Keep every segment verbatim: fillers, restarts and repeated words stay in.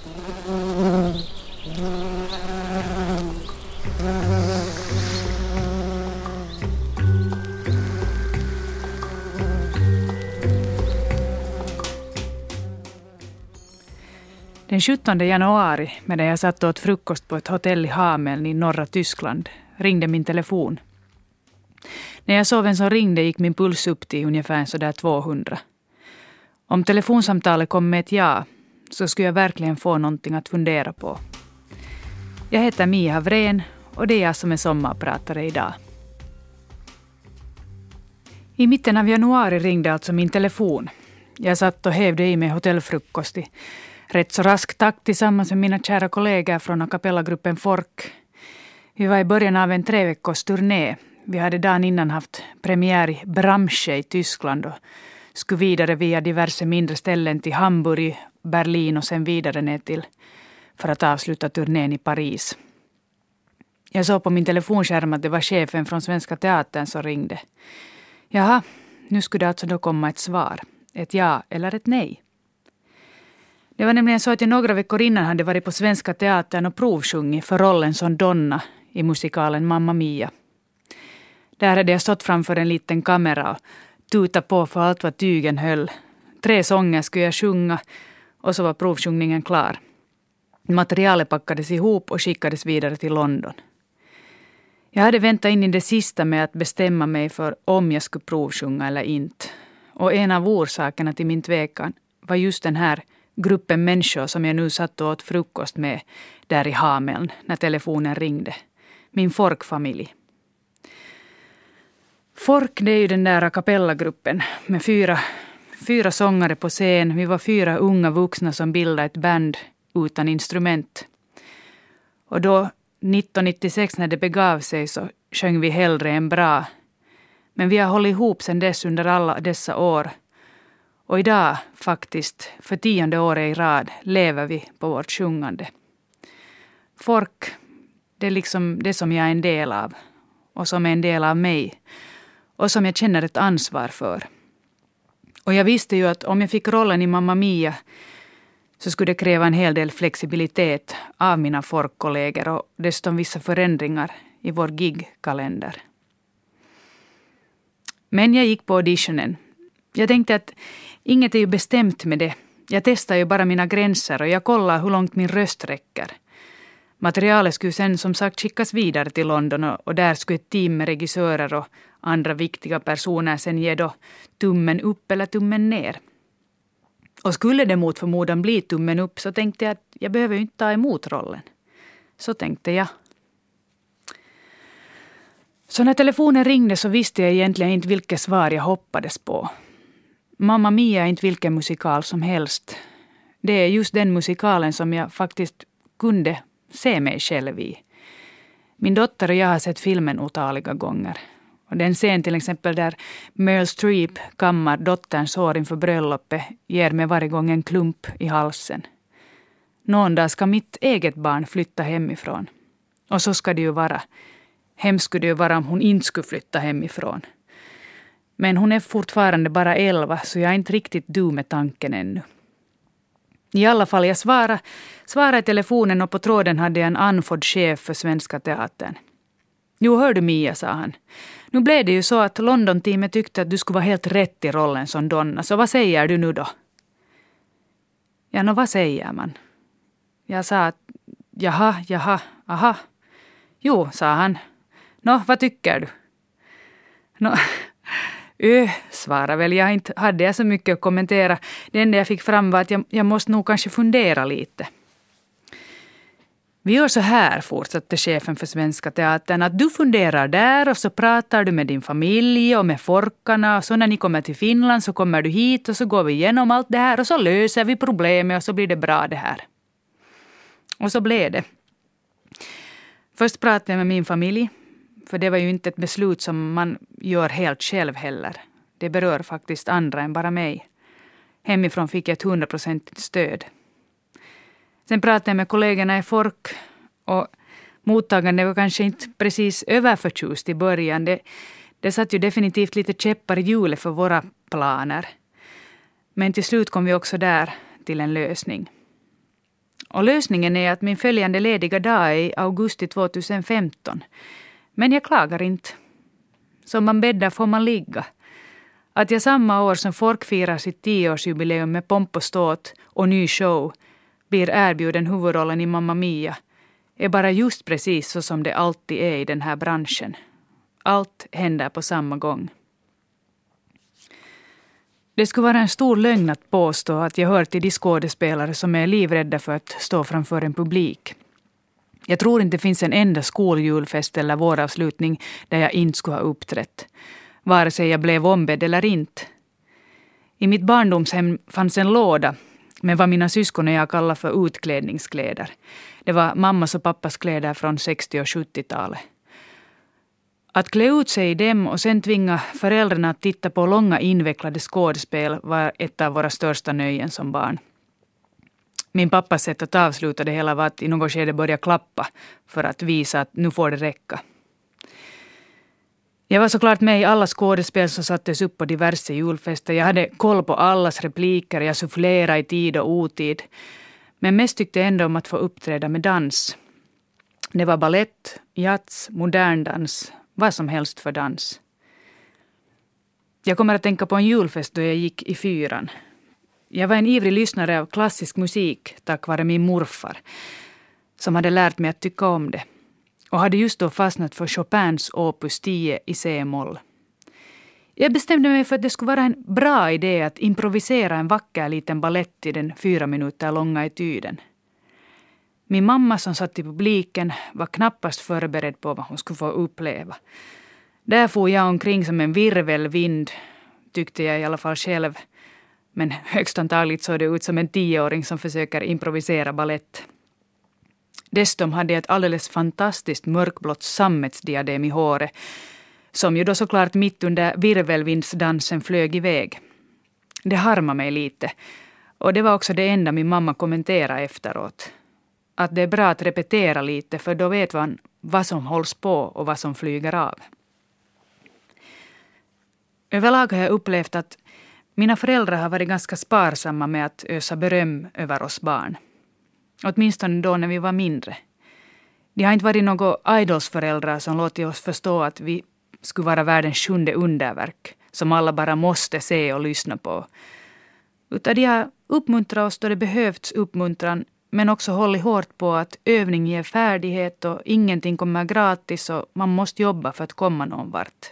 Den sjuttonde januari, medan jag satt åt frukost på ett hotell i Hameln i norra Tyskland, ringde min telefon. När jag såg vem som ringde gick min puls upp till ungefär sådär tvåhundra. Om telefonsamtalet kom med ett ja, så skulle jag verkligen få någonting att fundera på. Jag heter Mia Havrén och det är jag som är sommarpratare idag. I mitten av januari ringde alltså min telefon. Jag satt och hävde i mig hotellfrukost i rätt så rask takt tillsammans med mina kära kollegor från a cappella-gruppen Fork. Vi var i början av en tre veckors turné. Vi hade dagen innan haft premiär i Bramsche i Tyskland och skulle vidare via diverse mindre ställen till Hamburg, Berlin och sen vidare ner till för att avsluta turnén i Paris. Jag såg på min telefonskärm att det var chefen från Svenska Teatern som ringde. Jaha, nu skulle det alltså då komma ett svar. Ett ja eller ett nej. Det var nämligen så att jag några veckor innan hade varit på Svenska Teatern och provsjungit för rollen som Donna i musikalen Mamma Mia. Där hade jag stått framför en liten kamera och tutat på för allt vad tygen höll. Tre sånger skulle jag sjunga och så var provsjungningen klar. Materialet packades ihop och skickades vidare till London. Jag hade väntat in i det sista med att bestämma mig för om jag skulle provsjunga eller inte. Och en av orsakerna till min tvekan var just den här gruppen människor som jag nu satt och åt frukost med där i Hameln när telefonen ringde. Min Fork-familj. Fork, det är ju den där a cappella-gruppen med fyra, fyra sångare på scen. Vi var fyra unga vuxna som bildade ett band utan instrument. Och då nittonhundranittiosex när det begav sig så sjöng vi hellre än bra. Men vi har hållit ihop sedan dess under alla dessa år. Och idag faktiskt, för tionde året i rad, lever vi på vårt sjungande. Fork, det är liksom det som jag är en del av. Och som är en del av mig. Och som jag känner ett ansvar för. Och jag visste ju att om jag fick rollen i Mamma Mia så skulle det kräva en hel del flexibilitet av mina Fork-kollegor och dessutom vissa förändringar i vår gig-kalender. Men jag gick på auditionen. Jag tänkte att inget är ju bestämt med det. Jag testar ju bara mina gränser och jag kollar hur långt min röst räcker. Materialet skulle sen som sagt skickas vidare till London och, och där skulle ett team med regissörer och andra viktiga personer sen ge då tummen upp eller tummen ner. Och skulle det mot förmodan bli tummen upp så tänkte jag att jag behöver ju inte ta emot rollen. Så tänkte jag. Så när telefonen ringde så visste jag egentligen inte vilket svar jag hoppades på. Mamma Mia är inte vilken musikal som helst. Det är just den musikalen som jag faktiskt kunde se mig själv i. Min dotter och jag har sett filmen otaliga gånger. Och den scen till exempel där Meryl Streep kammar dotterns hår inför bröllopet ger mig varje gång en klump i halsen. Någon dag ska mitt eget barn flytta hemifrån. Och så ska det ju vara. Hemskt skulle det ju vara om hon inte skulle flytta hemifrån. Men hon är fortfarande bara elva så jag är inte riktigt du med tanken ännu. I alla fall jag svarade, svarade i telefonen och på tråden hade jag en anfodd chef för Svenska Teatern. Jo, hör du Mia, sa han. Nu blev det ju så att London-teamet tyckte att du skulle vara helt rätt i rollen som Donna. Så vad säger du nu då? Ja, nå vad säger man? Jag sa att jaha, jaha, aha. Jo, sa han. Nå, vad tycker du? Nå, öh, svarade väl jag inte. Hade jag så mycket att kommentera. Det enda jag fick fram var att jag, jag måste nog kanske fundera lite. Vi gör så här, fortsatte chefen för Svenska Teatern, att du funderar där och så pratar du med din familj och med forkarna och så när ni kommer till Finland så kommer du hit och så går vi igenom allt det här och så löser vi problemet och så blir det bra det här. Och så blev det. Först pratade jag med min familj, för det var ju inte ett beslut som man gör helt själv heller. Det berör faktiskt andra än bara mig. Hemifrån fick jag ett hundraprocentigt stöd. Sen pratade jag med kollegorna i Fork och mottagande var kanske inte precis överförtjust i början. Det, det satt ju definitivt lite käppar i hjulet för våra planer. Men till slut kom vi också där till en lösning. Och lösningen är att min följande lediga dag är i augusti tjugohundrafemton. Men jag klagar inte. Som man bäddar får man ligga. Att jag samma år som Fork firar sitt tioårsjubileum med pomp och ståt och ny show blir erbjuden huvudrollen i Mamma Mia är bara just precis så som det alltid är i den här branschen. Allt händer på samma gång. Det skulle vara en stor lögn att påstå att jag hör till de skådespelare som är livrädda för att stå framför en publik. Jag tror inte det finns en enda skoljulfest eller våravslutning där jag inte skulle ha uppträtt. Vare sig jag blev ombedd eller inte. I mitt barndomshem fanns en låda med vad mina syskon och jag kallar för utklädningskläder. Det var mammas och pappas kläder från sextio- och sjuttiotalet. Att klä ut sig i dem och sen tvinga föräldrarna att titta på långa invecklade skådespel var ett av våra största nöjen som barn. Min pappas sätt att avsluta det hela var att i något skede börja klappa för att visa att nu får det räcka. Jag var såklart med i alla skådespel som sattes upp på diverse julfester. Jag hade koll på allas repliker, jag sufflerade i tid och otid. Men mest tyckte jag ändå om att få uppträda med dans. Det var ballett, jazz, modern dans, vad som helst för dans. Jag kommer att tänka på en julfest då jag gick i fyran. Jag var en ivrig lyssnare av klassisk musik tack vare min morfar, som hade lärt mig att tycka om det. Och hade just då fastnat för Chopins opus tio i C-moll. Jag bestämde mig för att det skulle vara en bra idé att improvisera en vacker liten ballett i den fyra minuter långa etyden. Min mamma som satt i publiken var knappast förberedd på vad hon skulle få uppleva. Där får jag omkring som en virvelvind, tyckte jag i alla fall själv. Men högst antagligen såg det ut som en tioåring som försöker improvisera ballett. Dessutom hade jag ett alldeles fantastiskt mörkblått sammetsdiadem i håret, som ju då såklart mitt under virvelvindsdansen flög iväg. Det harmade mig lite, och det var också det enda min mamma kommenterade efteråt. Att det är bra att repetera lite, för då vet man vad som hålls på och vad som flyger av. Överlag har jag upplevt att mina föräldrar har varit ganska sparsamma med att ösa beröm över oss barn. Åtminstone då när vi var mindre. De har inte varit några idolsföräldrar som låtit oss förstå att vi skulle vara världens sjunde underverk som alla bara måste se och lyssna på. Utan de har uppmuntrat oss då det behövts uppmuntran, men också hållit hårt på att övning ger färdighet och ingenting kommer gratis och man måste jobba för att komma någon vart.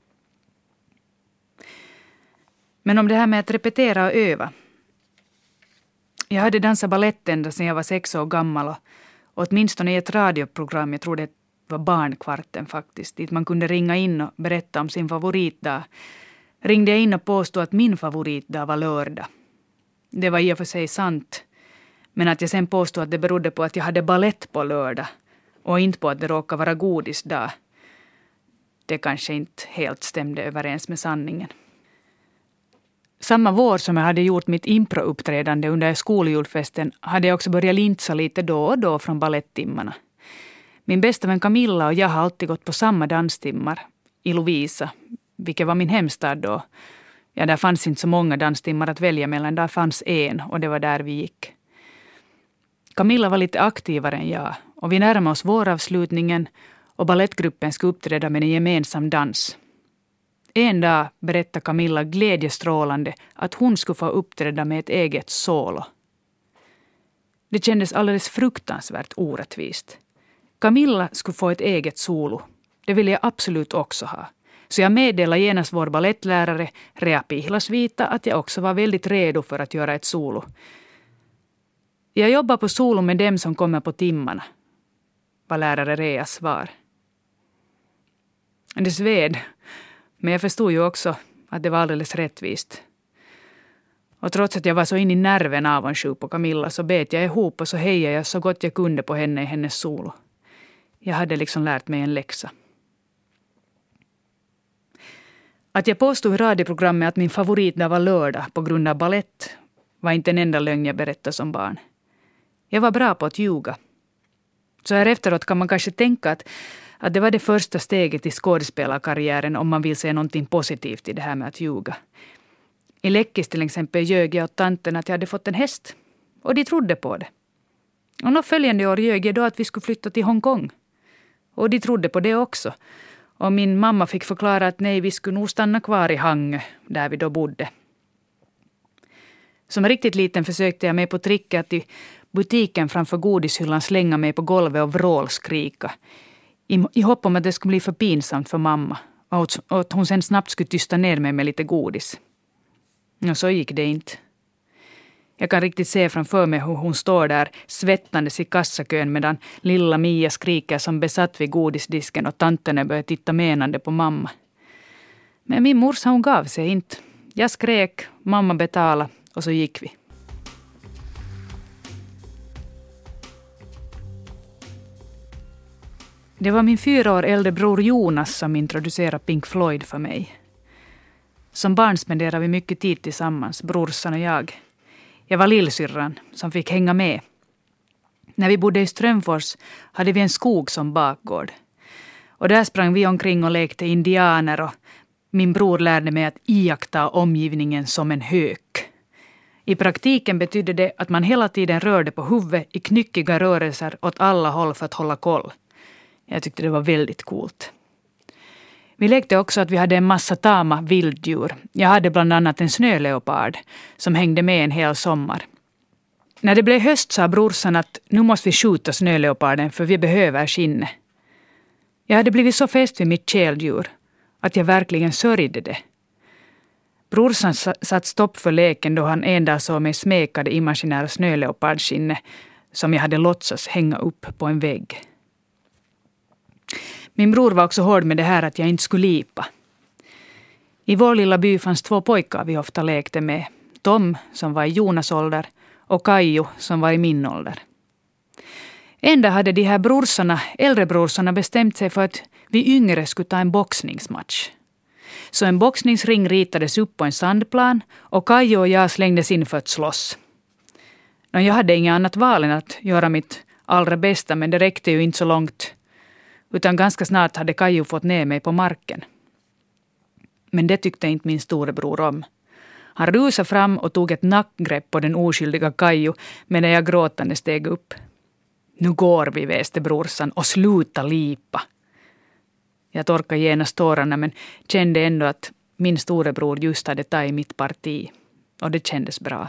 Men om det här med att repetera och öva. Jag hade dansat ballett ända sedan jag var sex år gammal och åtminstone i ett radioprogram, jag tror det var Barnkvarten faktiskt, dit man kunde ringa in och berätta om sin favoritdag. Ringde jag in och påstod att min favoritdag var lördag. Det var i och för sig sant, men att jag sen påstod att det berodde på att jag hade ballett på lördag och inte på att det råkade vara godisdag. Det kanske inte helt stämde överens med sanningen. Samma vår som jag hade gjort mitt impro-uppträdande under skoljulfesten hade jag också börjat linsa lite då och då från ballettimmarna. Min bästa vän Camilla och jag har alltid gått på samma danstimmar i Lovisa, vilket var min hemstad då. Ja, där fanns inte så många danstimmar att välja mellan, där fanns en och det var där vi gick. Camilla var lite aktivare än jag och vi närmade oss våravslutningen och ballettgruppen skulle uppträda med en gemensam dans. En dag berättade Camilla glädjestrålande att hon skulle få uppträda med ett eget solo. Det kändes alldeles fruktansvärt orättvist. Camilla skulle få ett eget solo. Det ville jag absolut också ha. Så jag meddelade genast vår ballettlärare Rea Pihlasvita att jag också var väldigt redo för att göra ett solo. Jag jobbar på solo med dem som kommer på timmarna, var lärare Reas svar. Det sved. Men jag förstod ju också att det var alldeles rättvist. Och trots att jag var så in i nerven avundsjuk på Camilla så bet jag ihop och så hejade jag så gott jag kunde på henne i hennes solo. Jag hade liksom lärt mig en läxa. Att jag påstod i radioprogrammet att min favoritdag var lördag på grund av ballett var inte en enda lögn jag berättade som barn. Jag var bra på att ljuga. Så här efteråt kan man kanske tänka att Att det var det första steget i skådespelarkarriären om man vill se någonting positivt i det här med att ljuga. I Läckis till exempel ljög jag åt tanten att jag hade fått en häst. Och de trodde på det. Och några följande år ljög jag då att vi skulle flytta till Hongkong. Och de trodde på det också. Och min mamma fick förklara att nej, vi skulle nog stanna kvar i Hangö, där vi då bodde. Som riktigt liten försökte jag mig på tricket att i butiken framför godishyllan slänga mig på golvet och vrålskrika. I, I hopp om att det skulle bli för pinsamt för mamma. Och att hon sen snabbt skulle tysta ner mig med lite godis. Och så gick det inte. Jag kan riktigt se framför mig hur hon står där svettandes i kassakön medan lilla Mia skriker som besatt vid godisdisken och tanterna började titta menande på mamma. Men min morsa hon gav sig inte. Jag skrek, mamma betala och så gick vi. Det var min fyra år äldre bror Jonas som introducerade Pink Floyd för mig. Som barn spenderade vi mycket tid tillsammans, brorsan och jag. Jag var lillsyrran som fick hänga med. När vi bodde i Strömfors hade vi en skog som bakgård. Och där sprang vi omkring och lekte indianer och min bror lärde mig att iaktta omgivningen som en hök. I praktiken betydde det att man hela tiden rörde på huvudet i knyckiga rörelser åt alla håll för att hålla koll. Jag tyckte det var väldigt coolt. Vi lekte också att vi hade en massa tama vilddjur. Jag hade bland annat en snöleopard som hängde med en hel sommar. När det blev höst sa brorsan att nu måste vi skjuta snöleoparden för vi behöver skinne. Jag hade blivit så fäst vid mitt käldjur att jag verkligen sörjde det. Brorsan satt stopp för leken då han en dag såg mig smeka det imaginära snöleopardskinne som jag hade låtsats hänga upp på en vägg. Min bror var också hård med det här att jag inte skulle lipa. I vår lilla by fanns två pojkar vi ofta lekte med. Tom som var i Jonas ålder och Kaijo som var i min ålder. En dag hade de här brorsarna, äldre brorsarna bestämt sig för att vi yngre skulle ta en boxningsmatch. Så en boxningsring ritades upp på en sandplan och Kaijo och jag slängdes in för att slåss. Och jag hade inget annat val än att göra mitt allra bästa men det räckte ju inte så långt. Utan ganska snart hade Kaijo fått ner mig på marken. Men det tyckte inte min storebror om. Han rusade fram och tog ett nackgrepp på den oskyldiga Kaijo medan jag gråtande steg upp. Nu går vi, väste brorsan, och sluta lipa. Jag torkade genast tårarna men kände ändå att min storebror just hade tagit mitt parti. Och det kändes bra.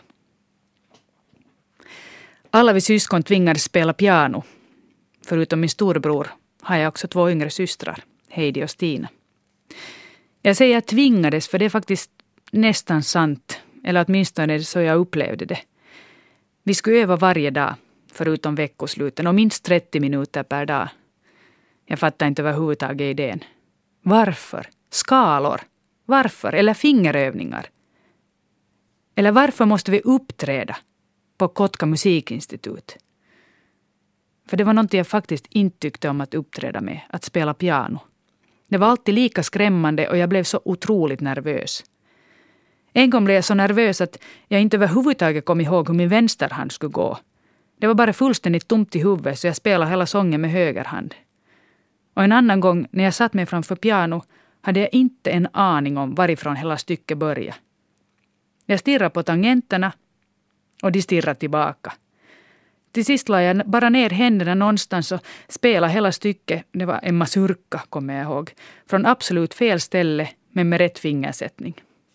Alla vi syskon tvingades spela piano. Förutom min storebror har jag också två yngre systrar, Heidi och Stina. Jag säger tvingades för det är faktiskt nästan sant, eller åtminstone är det så jag upplevde det. Vi skulle öva varje dag, förutom veckosluten, och minst trettio minuter per dag. Jag fattar inte överhuvudtaget idén. Varför? Skalor? Varför? Eller fingerövningar? Eller varför måste vi uppträda på Kotka musikinstitut? För det var något jag faktiskt inte tyckte om att uppträda med, att spela piano. Det var alltid lika skrämmande och jag blev så otroligt nervös. En gång blev jag så nervös att jag inte överhuvudtaget kom ihåg hur min vänsterhand skulle gå. Det var bara fullständigt tomt i huvudet så jag spelade hela sången med högerhand. Och en annan gång när jag satt mig framför piano hade jag inte en aning om varifrån hela stycket började. Jag stirrade på tangenterna och de stirrade tillbaka. Till sist la jag bara ner händerna någonstans och spelade hela stycket. Det var en mazurka, kommer jag ihåg. Från absolut fel ställe, men med rätt fingersättning.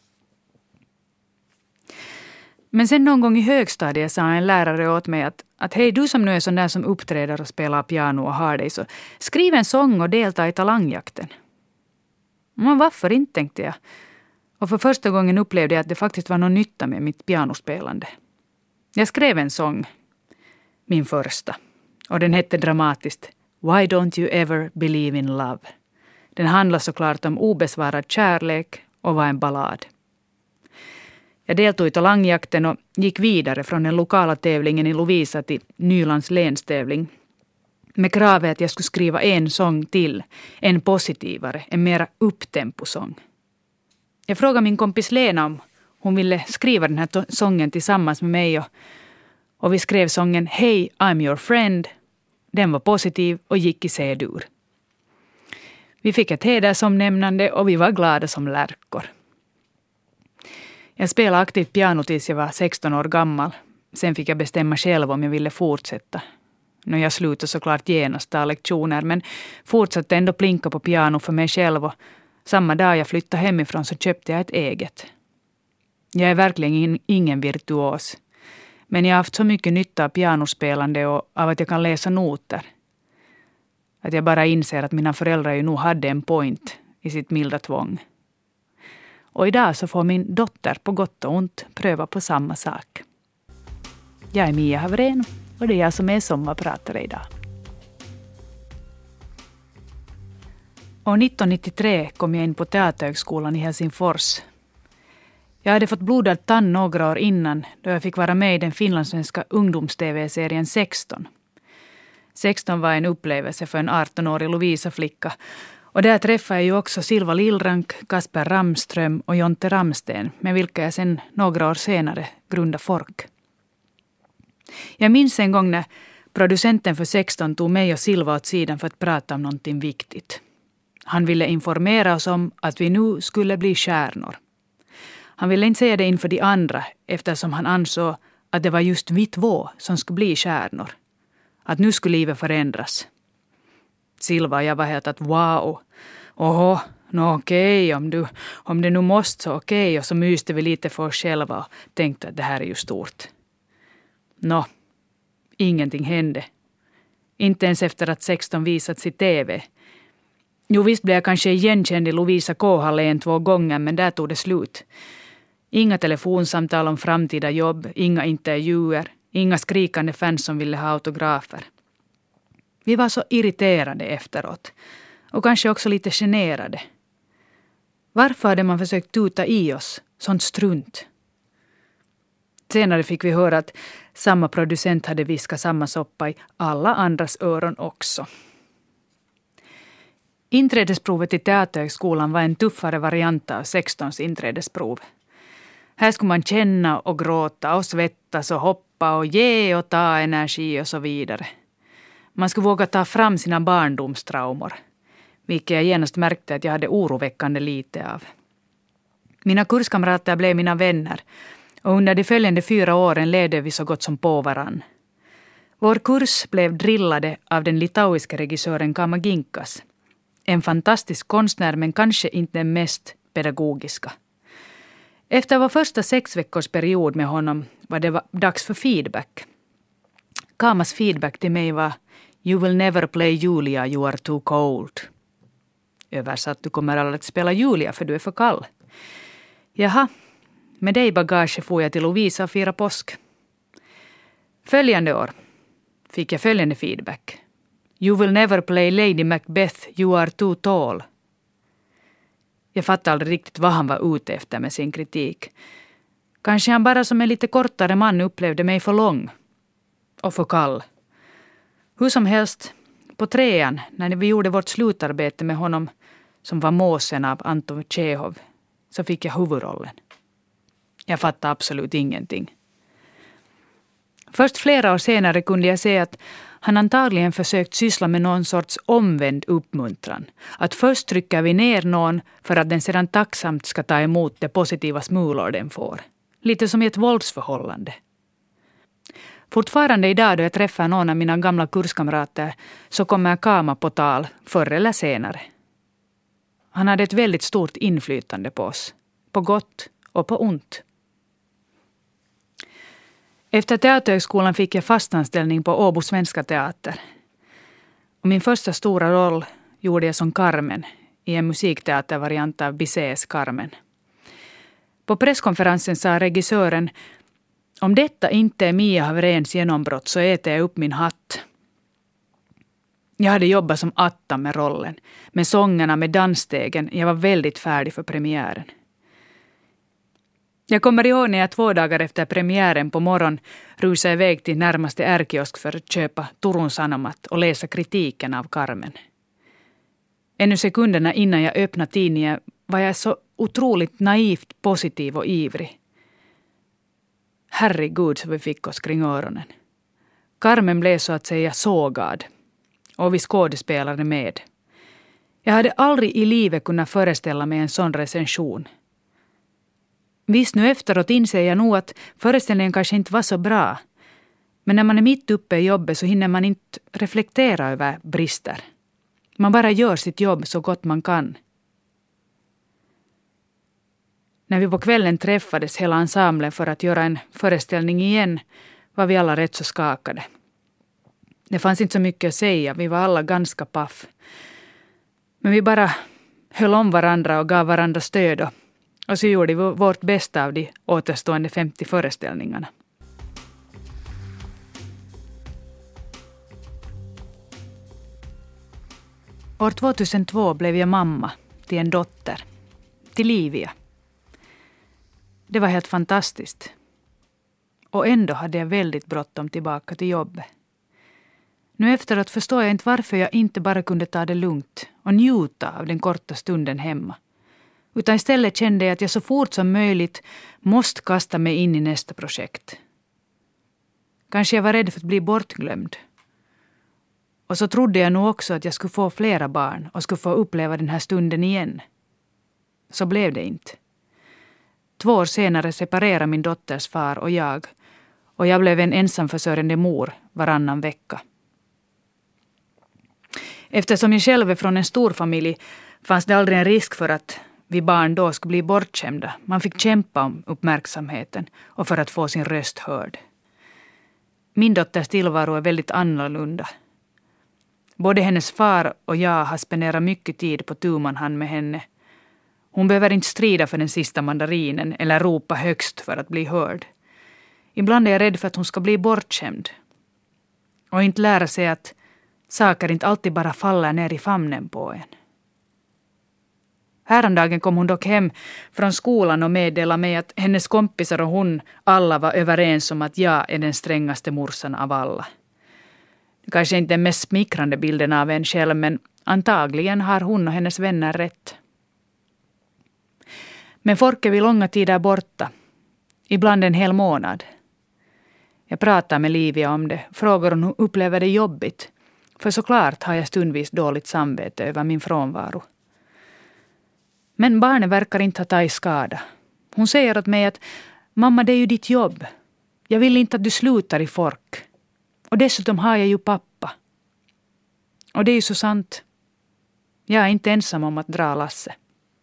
Men sen någon gång i högstadiet sa en lärare åt mig att, att hej, du som nu är sån där som uppträder och spelar piano och har dig, så skriv en sång och delta i talangjakten. Men varför inte, tänkte jag. Och för första gången upplevde jag att det faktiskt var någon nytta med mitt pianospelande. Jag skrev en sång. Min första. Och den hette dramatiskt Why don't you ever believe in love? Den handlar såklart om obesvarad kärlek och var en ballad. Jag deltog i talangjakten och gick vidare från den lokala tävlingen i Lovisa till Nylands länstävling. Med kravet att jag skulle skriva en sång till. En positivare, en mera upptemposång. Jag frågade min kompis Lena om hon ville skriva den här to- sången tillsammans med mig och Och vi skrev sången Hey, I'm your friend. Den var positiv och gick i C-dur. Vi fick ett hedersomnämnande och vi var glada som lärkor. Jag spelade aktivt piano tills jag var sexton år gammal. Sen fick jag bestämma själv om jag ville fortsätta. Nå, jag slutade såklart genast ta lektioner men fortsatte ändå plinka på piano för mig själv och samma dag jag flyttade hemifrån så köpte jag ett eget. Jag är verkligen ingen virtuos. Men jag har haft så mycket nytta av pianospelande och av att jag kan läsa noter. Att jag bara inser att mina föräldrar ju nog hade en point i sitt milda tvång. Och idag så får min dotter på gott och ont pröva på samma sak. Jag är Mia Havrén och det är jag som är sommarpratare idag. År nittonhundranittiotre kom jag in på Teaterhögskolan i Helsingfors. Jag hade fått blodad tann några år innan då jag fick vara med i den finlandssvenska ungdoms-tv-serien sexton. sexton var en upplevelse för en arton-årig Lovisa-flicka och där träffade jag ju också Silva Lillrank, Kasper Ramström och Jonte Ramsten med vilka jag sen några år senare grundade Fork. Jag minns en gång när producenten för sexton tog mig och Silva åt sidan för att prata om någonting viktigt. Han ville informera oss om att vi nu skulle bli stjärnor. Han ville inte säga det inför de andra eftersom han ansåg att det var just vi två som skulle bli stjärnor. Att nu skulle livet förändras. Silva och jag var helt att wow. Oho, nå okej, om, du, om det nu måste så okej. Och så myste vi lite för oss själva och tänkte att det här är ju stort. Nå, ingenting hände. Inte ens efter att sexton visats i tv. Jo visst blev jag kanske igenkänd i Lovisa K-hallen en två gånger men där tog det slut. Inga telefonsamtal om framtida jobb, inga intervjuer, inga skrikande fans som ville ha autografer. Vi var så irriterade efteråt och kanske också lite generade. Varför hade man försökt tuta i oss sånt strunt? Senare fick vi höra att samma producent hade viskat samma soppa i alla andras öron också. Inträdesprovet i Teaterhögskolan var en tuffare variant av sextons inträdesprov. Här skulle man känna och gråta och svettas och hoppa och ge och ta energi och så vidare. Man skulle våga ta fram sina barndomstraumor, vilket jag genast märkte att jag hade oroväckande lite av. Mina kurskamrater blev mina vänner och under de följande fyra åren ledde vi så gott som på varann. Vår kurs blev drillade av den litauiska regissören Kama Ginkas. En fantastisk konstnär men kanske inte den mest pedagogiska. Efter vår första sex veckors period med honom var det dags för feedback. Kamas feedback till mig var You will never play Julia, you are too cold. Översatt, du kommer aldrig att spela Julia för du är för kall. Jaha, med dig bagage får jag till Lovisa och fira påsk. Följande år fick jag följande feedback. You will never play Lady Macbeth, you are too tall. Jag fattade aldrig riktigt vad han var ute efter med sin kritik. Kanske han bara som en lite kortare man upplevde mig för lång. Och för kall. Hur som helst, på trean, när vi gjorde vårt slutarbete med honom, som var Måsen av Anton Tjehov, så fick jag huvudrollen. Jag fattade absolut ingenting. Först flera år senare kunde jag se att han antagligen försökt syssla med någon sorts omvänd uppmuntran. Att först trycker vi ner någon för att den sedan tacksamt ska ta emot de positiva smulor den får. Lite som i ett våldsförhållande. Fortfarande idag då jag träffar någon av mina gamla kurskamrater så kommer Kama på tal förr eller senare. Han hade ett väldigt stort inflytande på oss. På gott och på ont. Efter Teaterhögskolan fick jag fastanställning på Åbo Svenska Teater. Och min första stora roll gjorde jag som Carmen i en musikteatervariant av Bizets Carmen. På presskonferensen sa regissören om detta inte är Mia Havréns genombrott så äter jag upp min hatt. Jag hade jobbat som atta med rollen, med sångerna, med dansstegen. Jag var väldigt färdig för premiären. Jag kommer ihåg när jag två dagar efter premiären på morgon rusade iväg till närmaste ärkiosk för att köpa Turun Sanomat och läsa kritiken av Carmen. Ännu sekunderna innan jag öppnade tidningen var jag så otroligt naivt positiv och ivrig. Herregud så vi fick oss kring öronen. Carmen blev så att säga sågad och vi skådespelade med. Jag hade aldrig i livet kunnat föreställa mig en sån recension. Visst nu efteråt inser jag nog att föreställningen kanske inte var så bra. Men när man är mitt uppe i jobbet så hinner man inte reflektera över brister. Man bara gör sitt jobb så gott man kan. När vi på kvällen träffades hela ensemblen för att göra en föreställning igen var vi alla rätt så skakade. Det fanns inte så mycket att säga, vi var alla ganska paff. Men vi bara höll om varandra och gav varandra stöd och, och så gjorde vi vårt bästa av de återstående femtio föreställningarna. År tvåtusentvå blev jag mamma till en dotter, till Livia. Det var helt fantastiskt. Och ändå hade jag väldigt bråttom tillbaka till jobbet. Nu efteråt förstår jag inte varför jag inte bara kunde ta det lugnt och njuta av den korta stunden hemma. Utan istället kände jag att jag så fort som möjligt måste kasta mig in i nästa projekt. Kanske jag var rädd för att bli bortglömd. Och så trodde jag nog också att jag skulle få flera barn och skulle få uppleva den här stunden igen. Så blev det inte. Två år senare separerade min dotters far och jag. Och jag blev en ensamförsörjande mor varannan vecka. Eftersom jag själv är från en stor familj fanns det aldrig en risk för att vi barn då skulle bli bortskämda. Man fick kämpa om uppmärksamheten och för att få sin röst hörd. Min dotters tillvaro är väldigt annorlunda. Både hennes far och jag har spenderat mycket tid på tu man hand med henne. Hon behöver inte strida för den sista mandarinen eller ropa högst för att bli hörd. Ibland är jag rädd för att hon ska bli bortskämd. Och inte lära sig att saker inte alltid bara faller ner i famnen på en. Häromdagen kom hon dock hem från skolan och meddelade mig att hennes kompisar och hon alla var överens om att jag är den strängaste morsan av alla. Det kanske inte är den mest smickrande bilden av en själv, men antagligen har hon och hennes vänner rätt. Men folk är vid långa tider borta. Ibland en hel månad. Jag pratar med Livia om det. Frågar om hon upplever det jobbigt. För såklart har jag stundvis dåligt samvete över min frånvaro. Men barnen verkar inte ha tagit skada. Hon säger åt mig att mamma, det är ju ditt jobb. Jag vill inte att du slutar i Fork. Och dessutom har jag ju pappa. Och det är ju så sant. Jag är inte ensam om att dra lasse.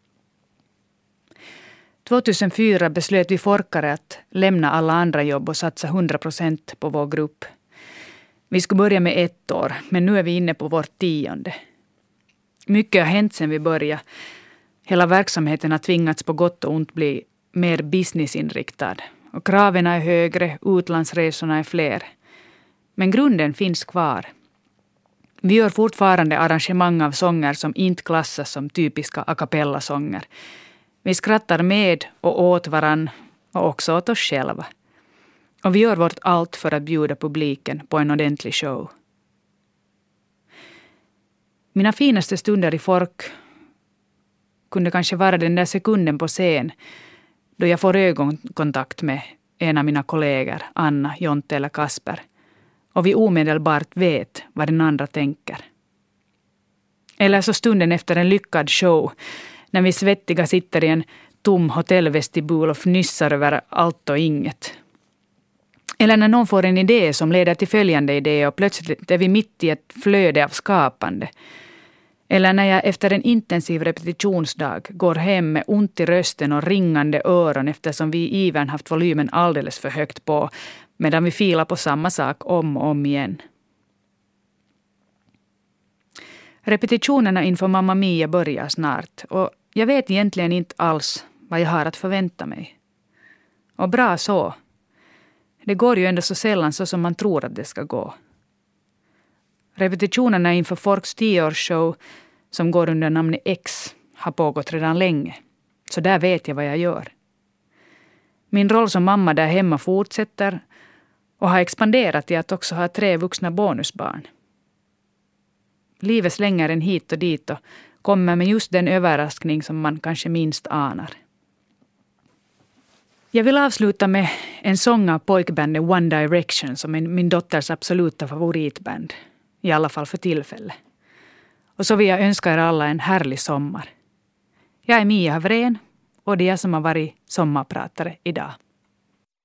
tvåtusenfyra beslöt vi forskare att lämna alla andra jobb och satsa hundra procent på vår grupp. Vi skulle börja med ett år, men nu är vi inne på vårt tionde. Mycket har hänt sedan vi började. Hela verksamheten har tvingats på gott och ont bli mer businessinriktad. Och kraven är högre, utlandsresorna är fler. Men grunden finns kvar. Vi gör fortfarande arrangemang av sånger som inte klassas som typiska a cappella-sånger. Vi skrattar med och åt varann och också åt oss själva. Och vi gör vårt allt för att bjuda publiken på en ordentlig show. Mina finaste stunder i Fork kunde kanske vara den där sekunden på scen då jag får ögonkontakt med en av mina kollegor, Anna, Jonte eller Kasper. Och vi omedelbart vet vad den andra tänker. Eller så stunden efter en lyckad show när vi svettiga sitter i en tom hotellvestibul och fnyssar över allt och inget. Eller när någon får en idé som leder till följande idé och plötsligt är vi mitt i ett flöde av skapande. Eller när jag efter en intensiv repetitionsdag går hem med ont i rösten och ringande öron eftersom vi i ivern haft volymen alldeles för högt på medan vi filar på samma sak om och om igen. Repetitionerna inför Mamma Mia börjar snart och jag vet egentligen inte alls vad jag har att förvänta mig. Och bra så. Det går ju ändå så sällan så som man tror att det ska gå. Repetitionerna inför Forks tioårsshow som går under namnet X har pågått redan länge. Så där vet jag vad jag gör. Min roll som mamma där hemma fortsätter och har expanderat till att också ha tre vuxna bonusbarn. Livet slänger en hit och dit och kommer med just den överraskning som man kanske minst anar. Jag vill avsluta med en sång av pojkbandet One Direction som är min dotters absoluta favoritband. I alla fall för tillfälle. Och så vill jag önska er alla en härlig sommar. Jag är Mia Havrén och det är jag som har varit sommarpratare idag.